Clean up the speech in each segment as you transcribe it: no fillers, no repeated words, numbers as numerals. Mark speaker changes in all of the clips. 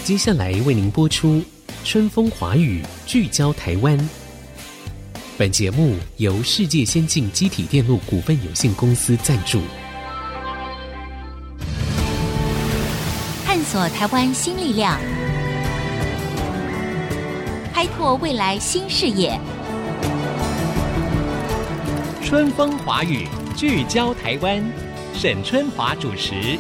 Speaker 1: 接下来为您播出春风华语，聚焦台湾。本节目由世界先进机体电路股份有限公司赞助。
Speaker 2: 探索台湾新力量，开拓未来新视野。
Speaker 1: 春风华语，聚焦台湾。沈春华主持。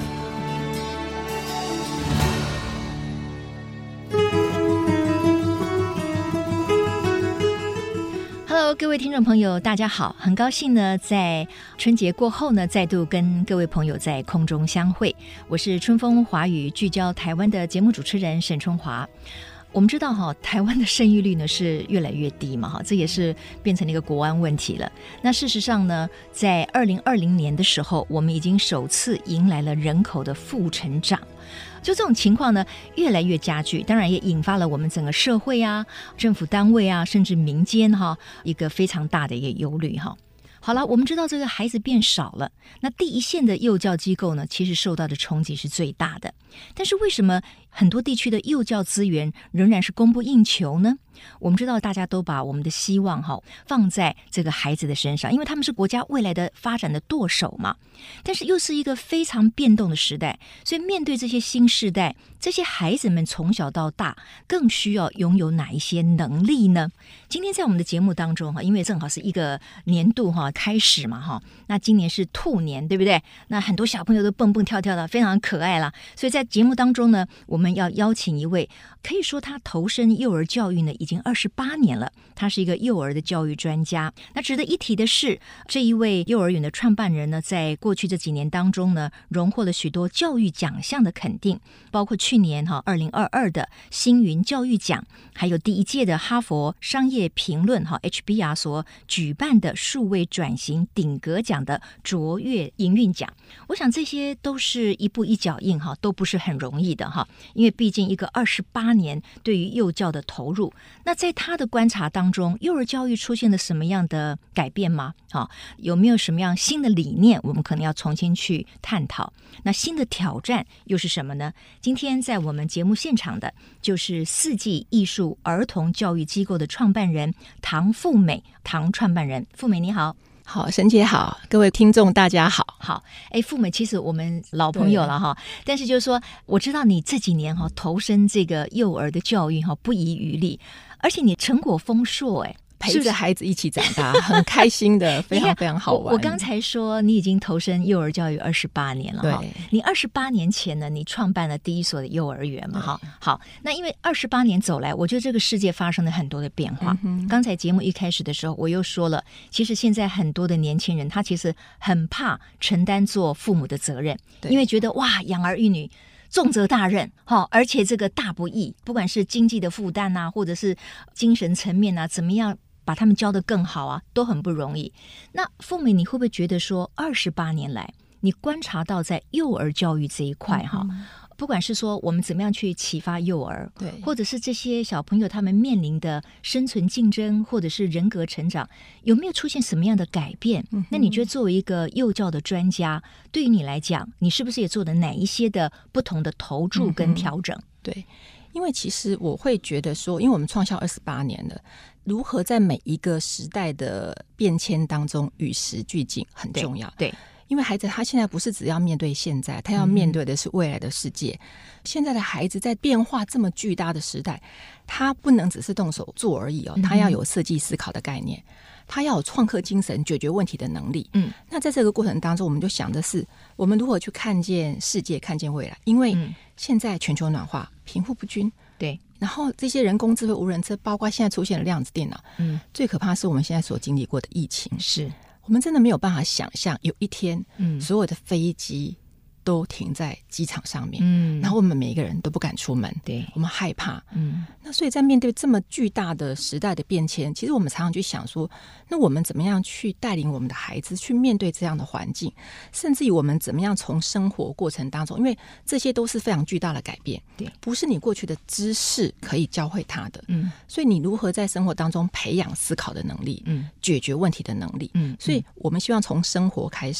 Speaker 3: Hello， 各位听众朋友，大家好！很高兴呢，在春节过后呢，再度跟各位朋友在空中相会。我是春风华语聚焦台湾的节目主持人沈春华。我们知道台湾的生育率呢是越来越低嘛，这也是变成了一个国安问题了。那事实上呢，在2020年的时候，我们已经首次迎来了人口的负成长。就这种情况呢，越来越加剧，当然也引发了我们整个社会啊、政府单位啊，甚至民间一个非常大的一个忧虑哈。好了，我们知道这个孩子变少了，那第一线的幼教机构呢，其实受到的冲击是最大的。但是为什么很多地区的幼教资源仍然是供不应求呢？我们知道大家都把我们的希望放在这个孩子的身上，因为他们是国家未来的发展的舵手嘛。但是又是一个非常变动的时代，所以面对这些新世代，这些孩子们从小到大更需要拥有哪一些能力呢？今天在我们的节目当中，因为正好是一个年度开始嘛，那今年是兔年，对不对？那很多小朋友都蹦蹦跳跳的，非常可爱啦。所以在节目当中呢，我们要邀请一位可以说他投身幼儿教育呢已经28年了，他是一个幼儿的教育专家。那值得一提的是，这一位幼儿园的创办人呢，在过去这几年当中呢，荣获了许多教育奖项的肯定，包括去年2022的星云教育奖，还有第一届的哈佛商业评论HBR 所举办的数位转型顶格奖的卓越营运奖。我想这些都是一步一脚印都不是很容易的因为毕竟一个28年对于幼教的投入。那在他的观察当中，幼儿教育出现了什么样的改变吗？有没有什么样新的理念我们可能要重新去探讨？那新的挑战又是什么呢？今天在我们节目现场的就是四季艺术儿童教育机构的创办人唐富美，唐创办人。富美你好。
Speaker 4: 好，沈姐好，各位听众大家好。
Speaker 3: 好，富美其实我们老朋友了但是就是说我知道你这几年投身这个幼儿的教育不遗余力，而且你成果丰硕
Speaker 4: 陪着孩子一起长大，很开心的，非常非常好玩。
Speaker 3: 我刚才说你已经投身幼儿教育28年了
Speaker 4: 对，
Speaker 3: 你28年前呢，你创办了第一所的幼儿园嘛好，那因为28年走来，我觉得这个世界发生了很多的变化。刚才节目一开始的时候，我又说了，其实现在很多的年轻人，他其实很怕承担做父母的责任，因为觉得哇，养儿育女重责大任而且这个大不易，不管是经济的负担啊，或者是精神层面啊，怎么样把他们教得更好啊，都很不容易。那富美，你会不会觉得说28年来你观察到在幼儿教育这一块不管是说我们怎么样去启发幼儿，
Speaker 4: 对，
Speaker 3: 或者是这些小朋友他们面临的生存竞争，或者是人格成长，有没有出现什么样的改变？那你觉得作为一个幼教的专家，对于你来讲，你是不是也做了哪一些的不同的投注跟调整？
Speaker 4: 对，因为其实我会觉得说，因为我们创校28年了，如何在每一个时代的变迁当中与时俱进很重要。
Speaker 3: 对，
Speaker 4: 因为孩子他现在不是只要面对现在，他要面对的是未来的世界。现在的孩子在变化这么巨大的时代，他不能只是动手做而已他要有设计思考的概念，他要有创客精神，解决问题的能力。那在这个过程当中，我们就想的是我们如何去看见世界，看见未来。因为现在全球暖化，贫富不均，
Speaker 3: 对，
Speaker 4: 然后这些人工智慧无人车，包括现在出现的量子电脑，最可怕是我们现在所经历过的疫情，
Speaker 3: 是
Speaker 4: 我们真的没有办法想象有一天所有的飞机都停在机场上面，然后我们每一个人都不敢出门，
Speaker 3: 对，
Speaker 4: 我们害怕，那所以在面对这么巨大的时代的变迁，其实我们常常去想说，那我们怎么样去带领我们的孩子去面对这样的环境，甚至于我们怎么样从生活过程当中，因为这些都是非常巨大的改变，
Speaker 3: 对，
Speaker 4: 不是你过去的知识可以教会他的，所以你如何在生活当中培养思考的能力，解决问题的能力，所以我们希望从生活开始，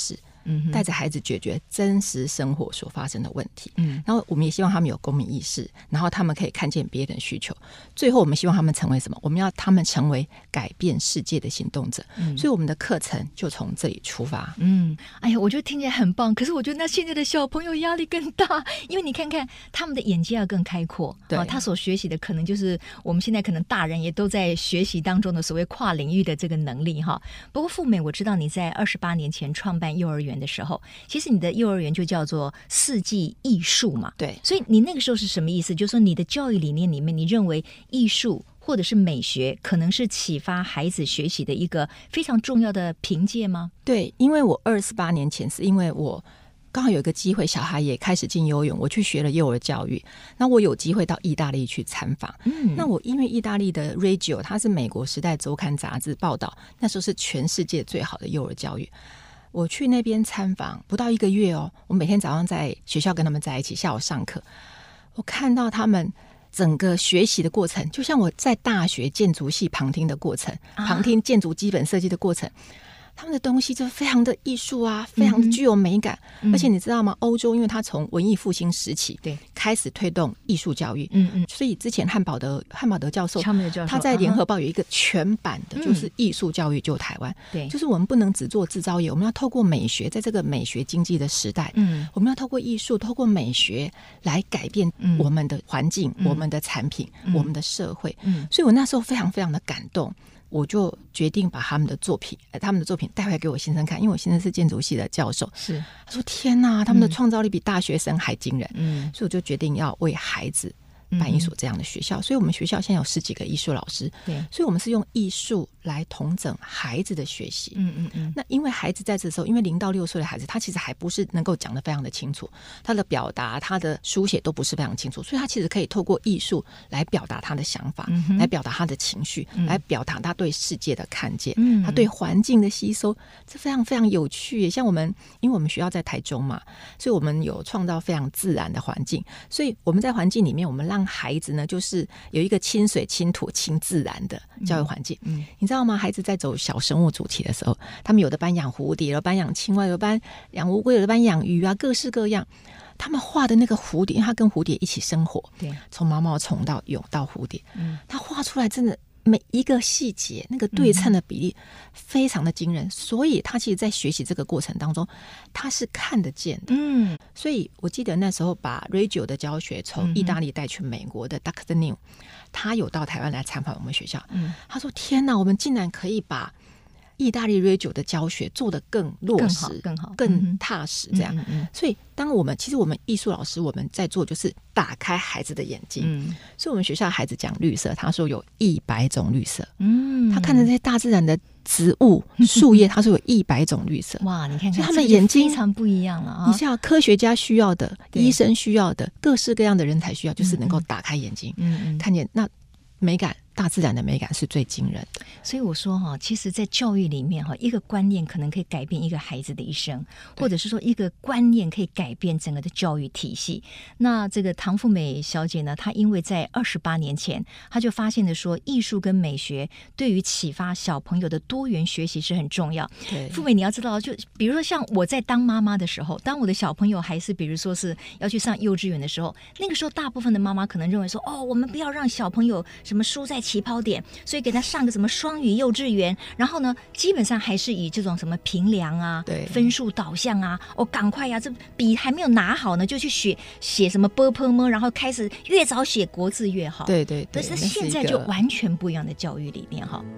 Speaker 4: 带着孩子解决真实生活所发生的问题。然后我们也希望他们有公民意识，然后他们可以看见别人的需求。最后我们希望他们成为什么？我们要他们成为改变世界的行动者。所以我们的课程就从这里出发。
Speaker 3: 哎呀，我觉得听起来很棒，可是我觉得那现在的小朋友压力更大，因为你看看他们的眼界要更开阔，
Speaker 4: 对，
Speaker 3: 他所学习的可能就是我们现在可能大人也都在学习当中的所谓跨领域的这个能力哈。不过富美，我知道你在28年前创办幼儿园的时候，其实你的幼儿园就叫做四季艺术嘛，
Speaker 4: 对，
Speaker 3: 所以你那个时候是什么意思？就是说你的教育理念里面，你认为艺术或者是美学可能是启发孩子学习的一个非常重要的凭借吗？
Speaker 4: 对，因为我28年前是因为我刚好有一个机会，小孩也开始进幼儿园，我去学了幼儿教育。那我有机会到意大利去参访。那我因为意大利的 Reggio 它是美国时代周刊杂志报道，那时候是全世界最好的幼儿教育。我去那边参访不到1个月哦，我每天早上在学校跟他们在一起，下午上课，我看到他们整个学习的过程，就像我在大学建筑系旁听的过程，旁听建筑基本设计的过程。他们的东西就非常的艺术啊，非常的具有美感。而且你知道吗？欧洲因为它从文艺复兴时期开始推动艺术教育，所以之前汉堡德教授他在联合报有一个全版的就是艺术教育救台湾。对，就是我们不能只做制造业，我们要透过美学，在这个美学经济的时代，我们要透过艺术，透过美学来改变我们的环境、我们的产品、我们的社会。所以我那时候非常非常的感动。我就决定把他们的作品带回来给我先生看，因为我先生是建筑系的教授。是，他说天哪，他们的创造力比大学生还惊人。所以我就决定要为孩子办一所这样的学校。所以我们学校现在有10几个艺术老师。对，所以我们是用艺术来统整孩子的学习。那因为孩子在这时候，因为0到6岁的孩子，他其实还不是能够讲得非常的清楚，他的表达、他的书写都不是非常清楚，所以他其实可以透过艺术来表达他的想法，来表达他的情绪，来表达他对世界的看见，他对环境的吸收，这非常非常有趣。像我们，因为我们学校在台中嘛，所以我们有创造非常自然的环境，所以我们在环境里面，我们让孩子呢，就是有一个亲水、亲土、亲自然的教育环境。你知道吗？孩子在走小生物主题的时候，他们有的班养蝴蝶，有的班养青蛙，有的班养乌龟，有的班养鱼啊，各式各样。他们画的那个蝴蝶，因为他跟蝴蝶一起生活，对，从毛毛虫到蛹到蝴蝶，他画出来真的每一个细节，那个对称的比例非常的惊人。所以他其实在学习这个过程当中，他是看得见的。所以我记得那时候把 Reggio 的教学从意大利带去美国的 Dr. New， 他有到台湾来参访我们学校。他说天哪，我们竟然可以把意大利 Reggio 的教学做得更落实、更好、更踏实这样。所以当我们其实我们艺术老师我们在做就是打开孩子的眼睛。所以我们学校的孩子讲绿色，他说有100种绿色。他看着这些大自然的植物树叶，他说有100种绿色。哇，你看看他们眼睛非常不一样了啊！你像科学家需要的、医生需要的、各式各样的人才需要，就是能够打开眼睛，看见那美感。大自然的美感是最惊人的。所以我说哈，其实在教育里面哈，一个观念可能可以改变一个孩子的一生，或者是说一个观念可以改变整个的教育体系。那这个唐富美小姐呢，她因为在28年前，她就发现了说，艺术跟美学对于启发小朋友的多元学习是很重要。对，富美你要知道，就比如说像我在当妈妈的时候，当我的小朋友还是比如说是要去上幼稚园的时候，那个时候大部分的妈妈可能认为说，哦，我们不要让小朋友什么输在起跑点，所以给他上个什么双语幼稚园，然后呢，基本上还是以这种什么评量啊、分数导向啊，赶快呀，这笔还没有拿好呢，就去写什么 ㄅ 然后开始越早写国字越好。对对对，但是现在就完全不一样的教育理念哈。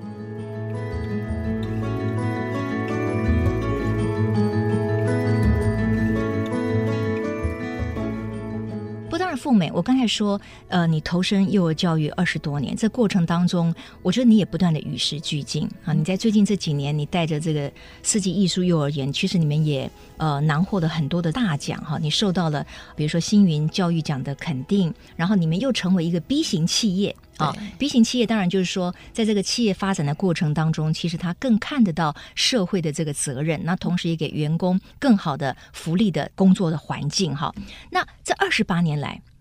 Speaker 4: 当然富美，我刚才说你投身幼儿教育20多年，这过程当中我觉得你也不断的与时俱进啊。你在最近这几年你带着这个四季艺术幼儿园，其实你们也囊获了很多的大奖哈。你受到了比如说星云教育奖的肯定，然后你们又成为一个 B 型企业B 型企业当然就是说在这个企业发展的过程当中，其实他更看得到社会的这个责任，那同时也给员工更好的福利的工作的环境哈。那这28年来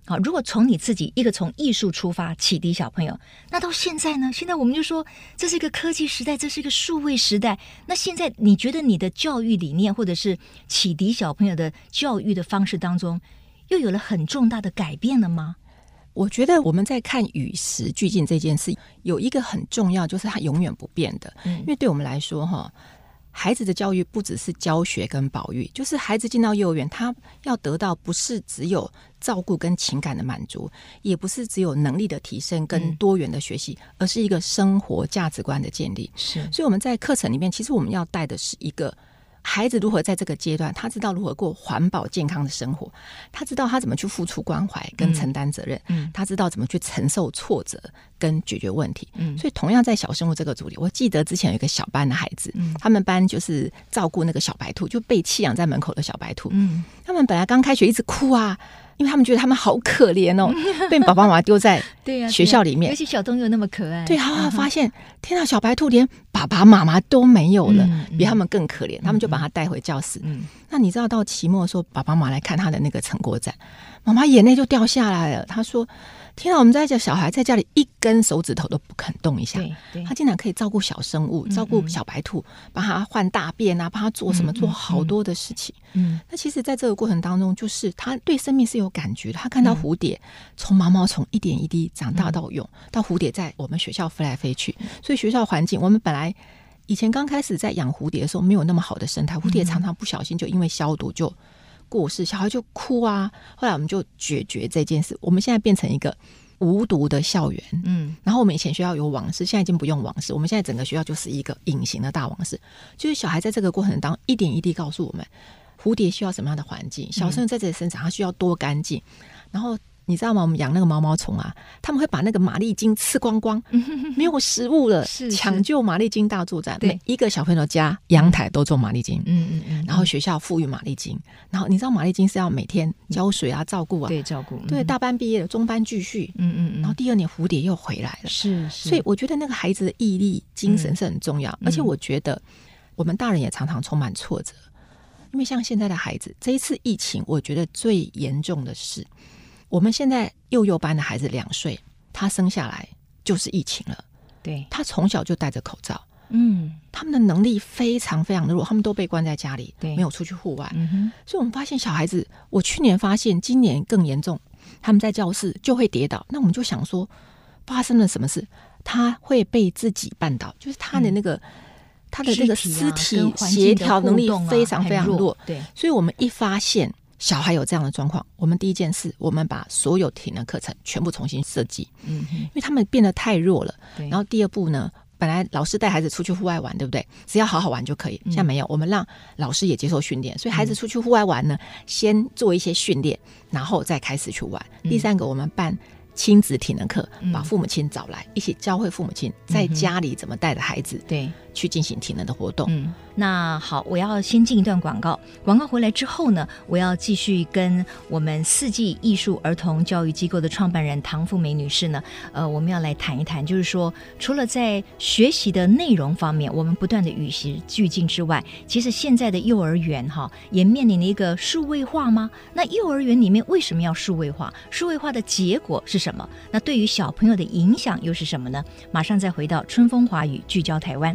Speaker 3: 好，如果从你自己一个从艺术出发启迪小朋友，那到现在呢？现在我们就说这是一个科技时代，这是一个数位时代。那现在你觉得你的教育理念或者是启迪小朋友的教育的方式当中，又有了很重大的改变了吗？
Speaker 4: 我觉得我们在看与时俱进这件事，有一个很重要，就是它永远不变的。因为对我们来说哈，孩子的教育不只是教学跟保育，就是孩子进到幼儿园，他要得到不是只有照顾跟情感的满足，也不是只有能力的提升跟多元的学习，而是一个生活价值观的建立。
Speaker 3: 是，
Speaker 4: 所以我们在课程里面，其实我们要带的是一个孩子如何在这个阶段，他知道如何过环保健康的生活，他知道他怎么去付出关怀跟承担责任，他知道怎么去承受挫折跟解决问题。所以同样在小生物这个主题，我记得之前有一个小班的孩子，他们班就是照顾那个小白兔，就被弃养在门口的小白兔。他们本来刚开学一直哭啊，因为他们觉得他们好可怜哦，被爸爸妈妈丢在学校里面，
Speaker 3: 尤其小动物那么可爱。
Speaker 4: 对，他们发现天啊，小白兔连爸爸妈妈都没有了，比他们更可怜，他们就把他带回教室。那你知道到期末的时候，爸爸妈妈来看他的那个成果展，妈妈眼泪就掉下来了。他说：“天啊，我们在家小孩在家里一根手指头都不肯动一下，他竟然可以照顾小生物，照顾小白兔，帮他换大便啊，帮他做什么，做好多的事情。那其实在这个过程当中，就是他对生命是有感觉的。他看到蝴蝶从毛毛虫一点一滴长大到蛹，到蝴蝶在我们学校飞来飞去，所以学校环境我们本来以前刚开始在养蝴蝶的时候没有那么好的生态，蝴蝶常常不小心就因为消毒就过世，小孩就哭啊。后来我们就解决这件事，我们现在变成一个无毒的校园。然后我们以前学校有网室，现在已经不用网室，我们现在整个学校就是一个隐形的大网室，就是小孩在这个过程当中一点一滴告诉我们蝴蝶需要什么样的环境，小生在这里生长它需要多干净。然后你知道吗？我们养那个毛毛虫啊，他们会把那个马利精吃光光，没有食物了，抢救马利精大作战。每一个小朋友家阳台都种马利精，然后学校富裕马利精，然后你知道马利精是要每天浇水啊、照顾啊，
Speaker 3: 对，照顾，
Speaker 4: 对，大班毕业了，中班继续，然后第二年蝴蝶又回来了，
Speaker 3: 是，
Speaker 4: 所以我觉得那个孩子的毅力、精神是很重要，而且我觉得我们大人也常常充满挫折，因为像现在的孩子，这一次疫情，我觉得最严重的是。我们现在幼班的孩子2岁，他生下来就是疫情了。
Speaker 3: 对，
Speaker 4: 他从小就戴着口罩。他们的能力非常非常的弱，他们都被关在家里，没有出去户外。所以我们发现小孩子，我去年发现今年更严重，他们在教室就会跌倒。那我们就想说，发生了什么事？他会被自己绊倒，就是他的那个。他的那个肢体协调能力非常非常弱。对，所以我们一发现小孩有这样的状况，我们第一件事，我们把所有体能课程全部重新设计。因为他们变得太弱了。然后第二步呢，本来老师带孩子出去户外玩，对不对？只要好好玩就可以。现在没有，我们让老师也接受训练，所以孩子出去户外玩呢，先做一些训练，然后再开始去玩。第三个，我们办亲子体能课，把父母亲找来，一起教会父母亲在家里怎么带着孩子去进行体能的活动。
Speaker 3: 那好，我要先进一段广告，广告回来之后呢，我要继续跟我们4季艺术儿童教育机构的创办人唐富美女士呢，我们要来谈一谈，就是说除了在学习的内容方面我们不断的与时俱进之外，其实现在的幼儿园也面临了一个数位化吗？那幼儿园里面为什么要数位化？数位化的结果是什么？那对于小朋友的影响又是什么呢？马上再回到春风华语，聚焦台湾。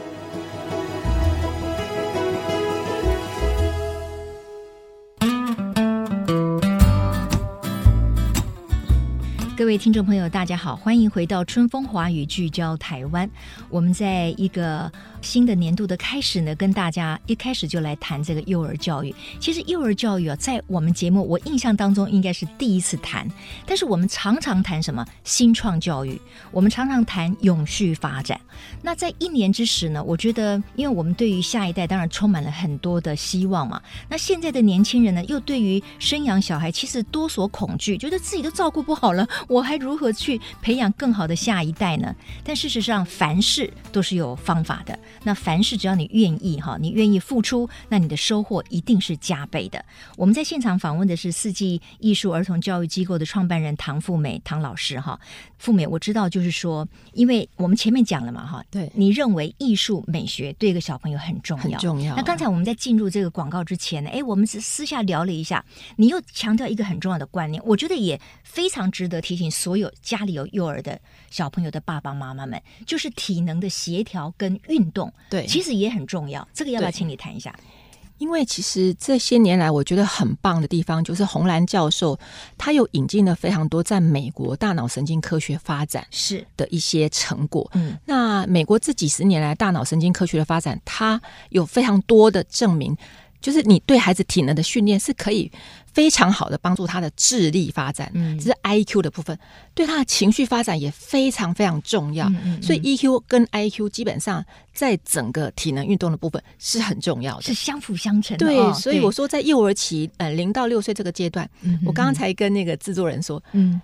Speaker 3: 各位听众朋友大家好，欢迎回到春风华语，聚焦台湾。我们在一个新的年度的开始呢，跟大家一开始就来谈这个幼儿教育。其实幼儿教育在我们节目我印象当中应该是第一次谈，但是我们常常谈什么新创教育，我们常常谈永续发展。那在1年之时呢，我觉得因为我们对于下一代当然充满了很多的希望嘛，那现在的年轻人呢，又对于生养小孩其实多所恐惧，觉得自己都照顾不好了， 我还如何去培养更好的下一代呢？但事实上凡事都是有方法的，那凡事只要你愿意你愿意付出，那你的收获一定是加倍的。我们在现场访问的是四季艺术儿童教育机构的创办人唐富美唐老师富美，我知道就是说，因为我们前面讲了嘛
Speaker 4: 对，
Speaker 3: 你认为艺术美学对一个小朋友很重要，
Speaker 4: 很重要。
Speaker 3: 那刚才我们在进入这个广告之前呢，我们只私下聊了一下，你又强调一个很重要的观念，我觉得也非常值得提醒所有家里有幼儿的小朋友的爸爸妈妈们，就是体能的协调跟运动，
Speaker 4: 对，
Speaker 3: 其实也很重要。这个要不要请你谈一下？
Speaker 4: 因为其实这些年来我觉得很棒的地方就是洪兰教授他有引进了非常多在美国大脑神经科学发展是的一些成果。那美国这几十年来大脑神经科学的发展，它有非常多的证明，就是你对孩子体能的训练是可以非常好的帮助他的智力发展，这是 IQ 的部分，对他的情绪发展也非常非常重要。所以 EQ 跟 IQ 基本上在整个体能运动的部分是很重要的，
Speaker 3: 是相辅相成的。
Speaker 4: 对，所以我说在幼儿期0到6岁这个阶段，我刚刚才跟那个制作人说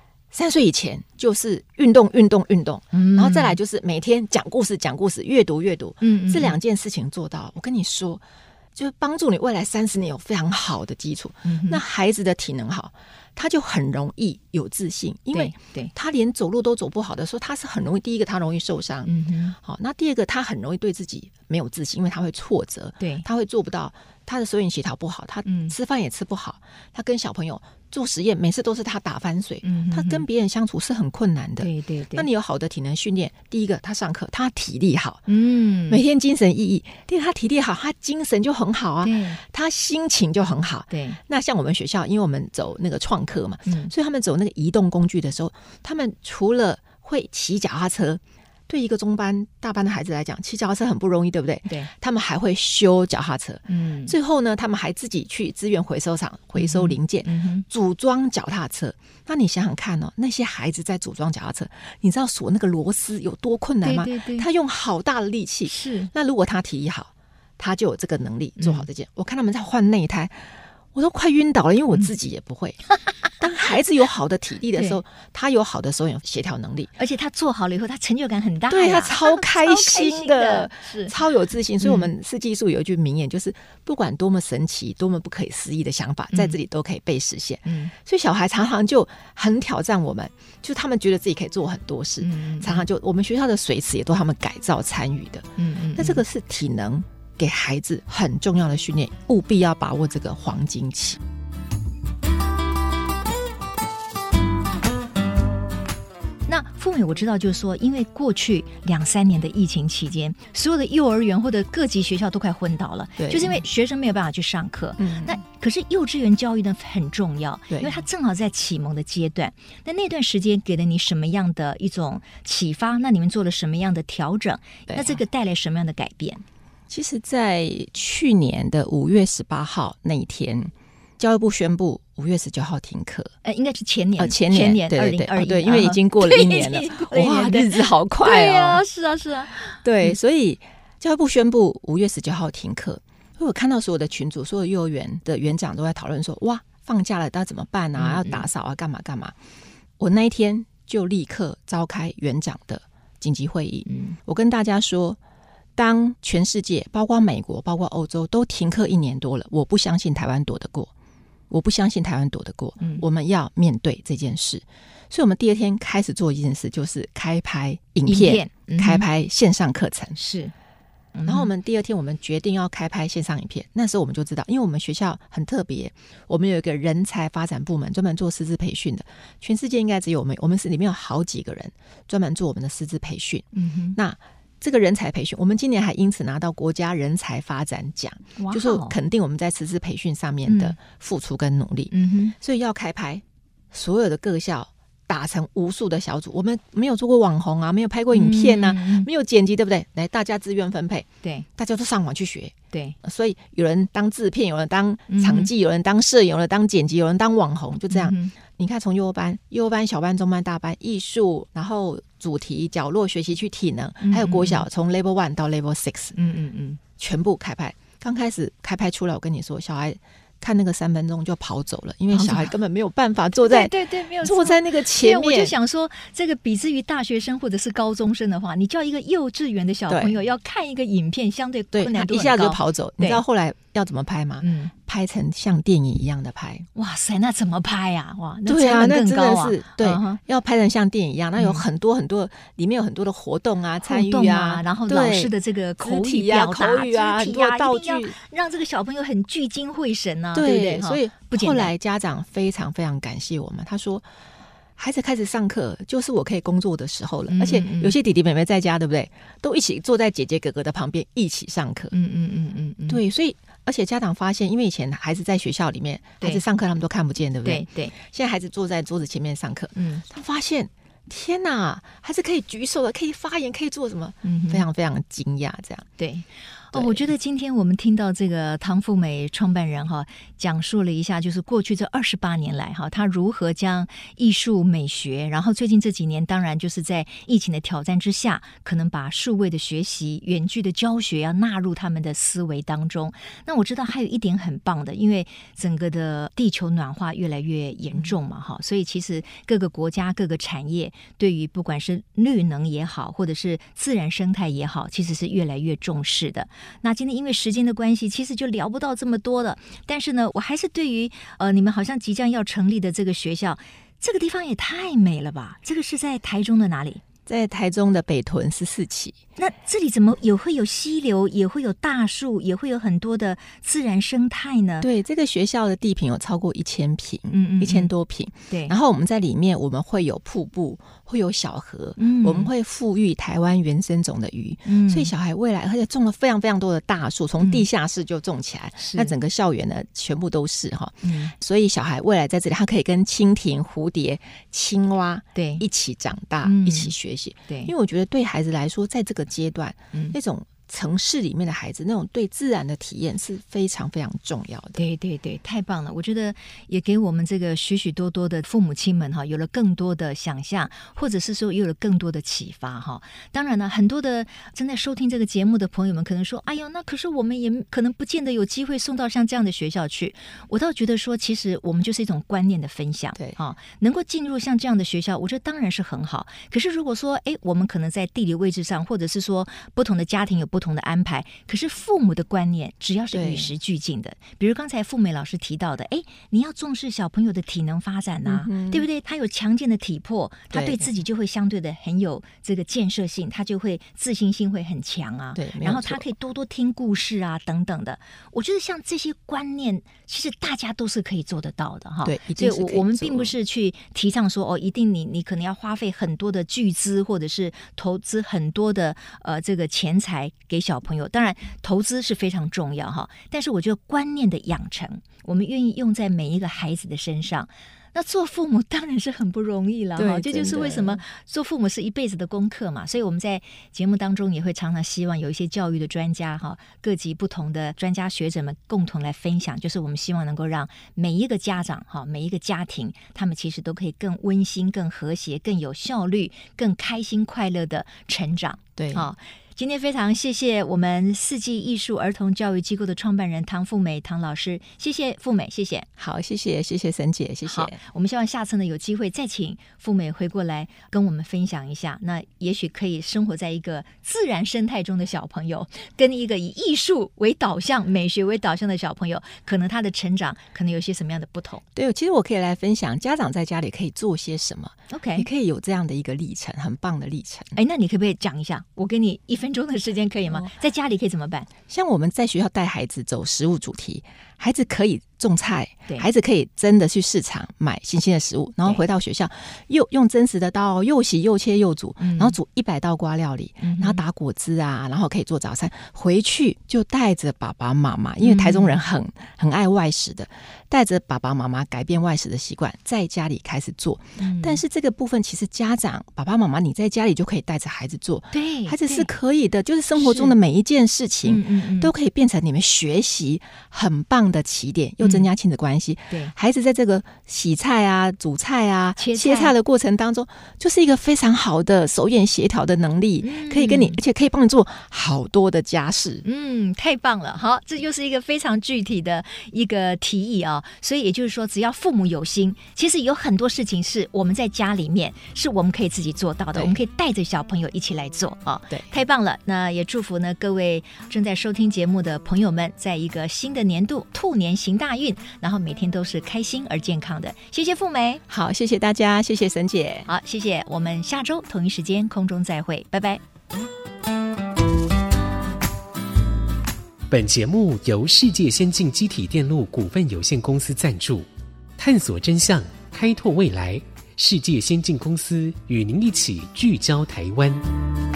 Speaker 4: 3岁以前就是运动，然后再来就是每天讲故事，阅读，这2件事情做到，我跟你说就帮助你未来30年有非常好的基础。那孩子的体能好，他就很容易有自信，因为他连走路都走不好的时候，他是很容易，第一个他容易受伤，好，那第二个他很容易对自己没有自信，因为他会挫折，他会做不到，他的手眼协调不好，他吃饭也吃不好，他跟小朋友做实验每次都是他打翻水，他跟别人相处是很困难的。对，那你有好的体能训练，第一个他上课他体力好，每天精神奕奕，第二个他体力好，他精神就很好啊，他心情就很好。对，那像我们学校因为我们走那个创客嘛，所以他们走那个移动工具的时候，他们除了会骑脚踏车，对一个中班大班的孩子来讲，骑脚踏车很不容易，对不对？对，他们还会修脚踏车，最后呢他们还自己去资源回收厂回收零件，组装脚踏车。那你想想看那些孩子在组装脚踏车，你知道锁那个螺丝有多困难吗？他用好大的力气，是。那如果他体力好，他就有这个能力做好这件。我看他们在换内胎，我都快晕倒了，因为我自己也不会。当孩子有好的体力的时候，他有好的手眼协调能力，
Speaker 3: 而且他做好了以后，他成就感很大，
Speaker 4: 对，他超开心的，超有自信。所以我们四季艺术有一句名言，就是不管多么神奇、多么不可思议的想法，在这里都可以被实现。所以小孩常常就很挑战我们，就他们觉得自己可以做很多事，常常就我们学校的水池也都他们改造参与的。那这个是体能给孩子很重要的训练，务必要把握这个黄金期。
Speaker 3: 那富美我知道就是说，因为过去2-3年的疫情期间，所有的幼儿园或者各级学校都快昏倒了，就是因为学生没有办法去上课。那可是幼稚园教育呢很重要，因为它正好在启蒙的阶段。那段时间给了你什么样的一种启发？那你们做了什么样的调整？那这个带来什么样的改变？
Speaker 4: 其实在去年的5月18号那一天，教育部宣布5月19号停课。
Speaker 3: 应该是前年
Speaker 4: 2021，对，因为已经过了1年了，哇，日子好快
Speaker 3: 对啊，是啊，
Speaker 4: 对，所以教育部宣布5月19号停课。所以我看到所有的群组，所有幼儿园的园长都在讨论说，哇，放假了要怎么办啊？要打扫啊，干嘛干嘛。我那一天就立刻召开园长的紧急会议，我跟大家说，当全世界包括美国包括欧洲都停课1年多了，我不相信台湾躲得过，我们要面对这件事。所以我们第2天开始做一件事，就是开拍影片，开拍线上课程。是，然后我们第2天我们决定要开拍线上影片，那时候我们就知道，因为我们学校很特别，我们有一个人才发展部门专门做师资培训的，全世界应该只有我们是里面有好几个人专门做我们的师资培训。那这个人才培训，我们今年还因此拿到国家人才发展奖，就是肯定我们在师资培训上面的付出跟努力。所以要开拍，所有的各校打成无数的小组，我们没有做过网红啊，没有拍过影片啊，没有剪辑，对不对？来，大家资源分配，对，大家都上网去学，对，所以有人当制片，有人当场记，有人当摄影，有人当剪辑，有人当网红，就这样。你看，从幼儿班、小班、中班、大班、艺术，然后主题、角落学习去体能，还有国小从 Level 1到 Level 6，全部开拍。刚开始开拍出来，我跟你说，小孩看那个3分钟就跑走了，因为小孩根本没有办法坐在
Speaker 3: 对，没有
Speaker 4: 坐在那个前面。
Speaker 3: 我就想说，这个比之于大学生或者是高中生的话，你叫一个幼稚园的小朋友要看一个影片，相对困难度很高，
Speaker 4: 一下子就跑走。你知道后来要怎么拍吗？拍成像电影一样的拍。
Speaker 3: 哇塞，那怎么拍啊？哇，那
Speaker 4: 对啊，
Speaker 3: 成本更高啊！
Speaker 4: 那真的是对，要拍成像电影一样，那有很多很多，里面有很多的活动啊、参与啊，
Speaker 3: 然后老师的这个口语表达、
Speaker 4: 口语啊、很多道具，
Speaker 3: 让这个小朋友很聚精会神啊，对不对？
Speaker 4: 所以后来家长非常非常感谢我们，他说，孩子开始上课就是我可以工作的时候了，而且有些弟弟妹妹在家，对不对？都一起坐在姐姐哥哥的旁边一起上课。对，所以而且家长发现，因为以前孩子在学校里面，孩子上课他们都看不见，对不对？
Speaker 3: 对。
Speaker 4: 现在孩子坐在桌子前面上课，他发现天哪，孩子可以举手了，可以发言，可以做什么？非常非常惊讶，这样。
Speaker 3: 对。我觉得今天我们听到这个唐富美创办人讲述了一下，就是过去这28年来他如何将艺术美学，然后最近这几年当然就是在疫情的挑战之下，可能把数位的学习、远距的教学要纳入他们的思维当中。那我知道还有一点很棒的，因为整个的地球暖化越来越严重嘛所以其实各个国家各个产业对于不管是绿能也好，或者是自然生态也好，其实是越来越重视的。那今天因为时间的关系，其实就聊不到这么多了。但是呢，我还是对于你们好像即将要成立的这个学校，这个地方也太美了吧？这个是在台中的哪里？
Speaker 4: 在台中的北屯14期。
Speaker 3: 那这里怎么也会有溪流，也会有大树，也会有很多的自然生态呢？
Speaker 4: 对，这个学校的地坪有超过1000坪，1000多坪。
Speaker 3: 对，
Speaker 4: 然后我们在里面，我们会有瀑布，会有小河，我们会富裕台湾原生种的鱼，所以小孩未来，而且种了非常非常多的大树，从地下室就种起来，那整个校园呢全部都是所以小孩未来在这里，他可以跟蜻蜓、蝴蝶、青蛙一起长大，一起学习。
Speaker 3: 对，
Speaker 4: 因为我觉得对孩子来说，在这个阶段，那种城市里面的孩子那种对自然的体验是非常非常重要的。
Speaker 3: 对对对，太棒了！我觉得也给我们这个许许多多的父母亲们有了更多的想象，或者是说有了更多的启发当然呢，很多的正在收听这个节目的朋友们可能说，哎呦，那可是我们也可能不见得有机会送到像这样的学校去。我倒觉得说，其实我们就是一种观念的分享，
Speaker 4: 对
Speaker 3: 能够进入像这样的学校，我觉得当然是很好。可是如果说我们可能在地理位置上，或者是说不同的家庭有不同的安排，可是父母的观念只要是与时俱进的，比如刚才富美老师提到的，你要重视小朋友的体能发展对不对？他有强健的体魄，他对自己就会相对的很有这个建设性，他就会自信心会很强
Speaker 4: 对，
Speaker 3: 然后他可以多多听故事等等的。我觉得像这些观念，其实大家都是可以做得到的
Speaker 4: 对，
Speaker 3: 所以我们并不是去提倡说一定你可能要花费很多的巨资，或者是投资很多的这个钱财给小朋友。当然投资是非常重要但是我觉得观念的养成，我们愿意用在每一个孩子的身上，那做父母当然是很不容易了这就是为什么做父母是一辈子的功课嘛。所以我们在节目当中也会常常希望有一些教育的专家各级不同的专家学者们共同来分享，就是我们希望能够让每一个家长每一个家庭，他们其实都可以更温馨、更和谐、更有效率、更开心快乐的成长。
Speaker 4: 对
Speaker 3: 今天非常谢谢我们4季艺术儿童教育机构的创办人唐富美唐老师，谢谢富美，谢谢。
Speaker 4: 好，谢谢沈姐，谢谢。
Speaker 3: 我们希望下次呢有机会再请富美回过来跟我们分享一下，那也许可以生活在一个自然生态中的小朋友，跟一个以艺术为导向、美学为导向的小朋友，可能他的成长可能有些什么样的不同。
Speaker 4: 对，其实我可以来分享家长在家里可以做些什么。
Speaker 3: OK，
Speaker 4: 你可以有这样的一个历程，很棒的历程。
Speaker 3: 那你可不可以讲一下，我给你1分钟的时间可以吗？在家里可以怎么办？
Speaker 4: 像我们在学校带孩子走食物主题，孩子可以种菜，
Speaker 3: 孩
Speaker 4: 子可以真的去市场买新鲜的食物，然后回到学校又用真实的刀又洗又切又煮，然后煮100道瓜料理，然后打果汁然后可以做早餐，回去就带着爸爸妈妈，因为台中人很爱外食的，带着爸爸妈妈改变外食的习惯，在家里开始做。但是这个部分其实家长爸爸妈妈你在家里就可以带着孩子做，
Speaker 3: 对，
Speaker 4: 孩子是可以的，就是生活中的每一件事情都可以变成你们学习很棒棒的起点，又增加亲子关系。
Speaker 3: 对，
Speaker 4: 孩子在这个洗菜啊、煮菜啊、
Speaker 3: 切
Speaker 4: 菜的过程当中，就是一个非常好的手眼协调的能力，可以跟你，而且可以帮你做好多的家事。
Speaker 3: 太棒了。好，这就是一个非常具体的一个提议啊。所以也就是说，只要父母有心，其实有很多事情是我们在家里面是我们可以自己做到的，我们可以带着小朋友一起来做啊。
Speaker 4: 对，
Speaker 3: 太棒了。那也祝福呢各位正在收听节目的朋友们，在一个新的年度兔年行大运，然后每天都是开心而健康的。谢谢富美。
Speaker 4: 好，谢谢大家，谢谢沈姐。
Speaker 3: 好，谢谢，我们下周同一时间空中再会，拜拜。
Speaker 1: 本节目由世界先进机体电路股份有限公司赞助，探索真相，开拓未来。世界先进公司与您一起聚焦台湾。